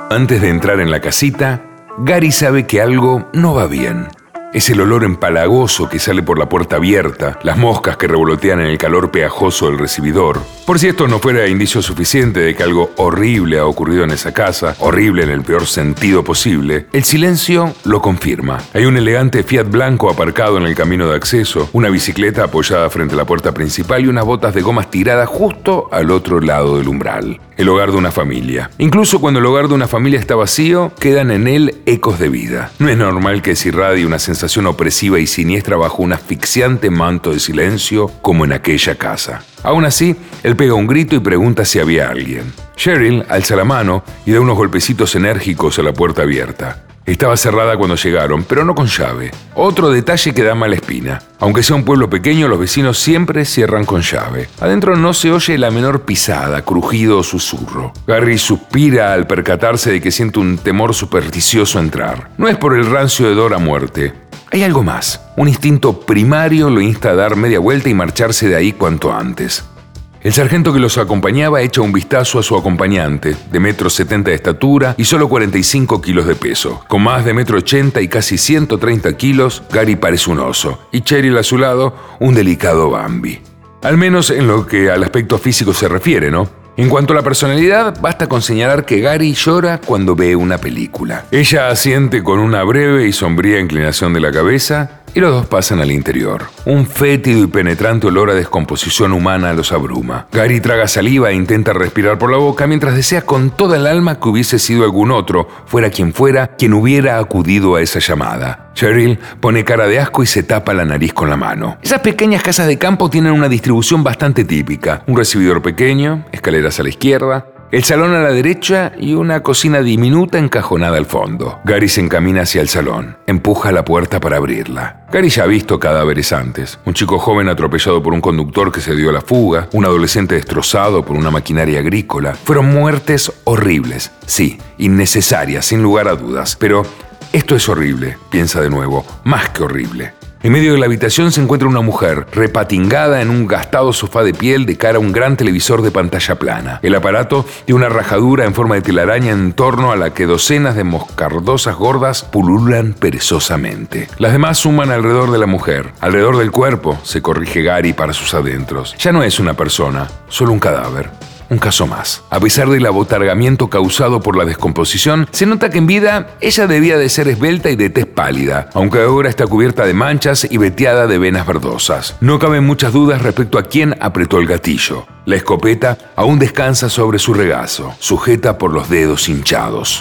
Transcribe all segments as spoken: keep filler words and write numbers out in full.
Antes de entrar en la casita, Gary sabe que algo no va bien. Es el olor empalagoso que sale por la puerta abierta, las moscas que revolotean en el calor pegajoso del recibidor. Por si esto no fuera indicio suficiente de que algo horrible ha ocurrido en esa casa, horrible en el peor sentido posible, el silencio lo confirma. Hay un elegante Fiat blanco aparcado en el camino de acceso, una bicicleta apoyada frente a la puerta principal y unas botas de gomas tiradas justo al otro lado del umbral. El hogar de una familia. Incluso cuando el hogar de una familia está vacío, quedan en él ecos de vida. No es normal que se irradie una sensación opresiva y siniestra bajo un asfixiante manto de silencio como en aquella casa. Aún así, él pega un grito y pregunta si había alguien. Cheryl alza la mano y da unos golpecitos enérgicos a la puerta abierta. Estaba cerrada cuando llegaron, pero no con llave. Otro detalle que da mala espina. Aunque sea un pueblo pequeño, los vecinos siempre cierran con llave. Adentro no se oye la menor pisada, crujido o susurro. Gary suspira al percatarse de que siente un temor supersticioso entrar. No es por el rancio hedor a muerte. Hay algo más. Un instinto primario lo insta a dar media vuelta y marcharse de ahí cuanto antes. El sargento que los acompañaba echa un vistazo a su acompañante, de metro setenta de estatura y solo cuarenta y cinco kilos de peso. Con más de metro ochenta y casi ciento treinta kilos, Gary parece un oso, y Cheryl a su lado, un delicado Bambi. Al menos en lo que al aspecto físico se refiere, ¿no? En cuanto a la personalidad, basta con señalar que Gary llora cuando ve una película. Ella asiente con una breve y sombría inclinación de la cabeza y los dos pasan al interior. Un fétido y penetrante olor a descomposición humana los abruma. Gary traga saliva e intenta respirar por la boca mientras desea con toda el alma que hubiese sido algún otro, fuera quien fuera, quien hubiera acudido a esa llamada. Cheryl pone cara de asco y se tapa la nariz con la mano. Esas pequeñas casas de campo tienen una distribución bastante típica. Un recibidor pequeño, escaleras a la izquierda, el salón a la derecha y una cocina diminuta encajonada al fondo. Gary se encamina hacia el salón. Empuja la puerta para abrirla. Gary ya ha visto cadáveres antes. Un chico joven atropellado por un conductor que se dio a la fuga. Un adolescente destrozado por una maquinaria agrícola. Fueron muertes horribles. Sí, innecesarias, sin lugar a dudas. Pero esto es horrible, piensa de nuevo. Más que horrible. En medio de la habitación se encuentra una mujer, repatingada en un gastado sofá de piel de cara a un gran televisor de pantalla plana. El aparato tiene una rajadura en forma de telaraña en torno a la que docenas de moscardosas gordas pululan perezosamente. Las demás suman alrededor de la mujer. Alrededor del cuerpo, se corrige Gary para sus adentros. Ya no es una persona, solo un cadáver. Un caso más. A pesar del abotargamiento causado por la descomposición, se nota que en vida ella debía de ser esbelta y de tez pálida, aunque ahora está cubierta de manchas y veteada de venas verdosas. No caben muchas dudas respecto a quién apretó el gatillo. La escopeta aún descansa sobre su regazo, sujeta por los dedos hinchados.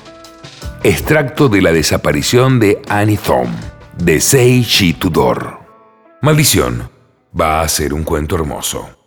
Extracto de la desaparición de Annie Thom, de Sei Shi Tudor. Maldición. Va a ser un cuento hermoso.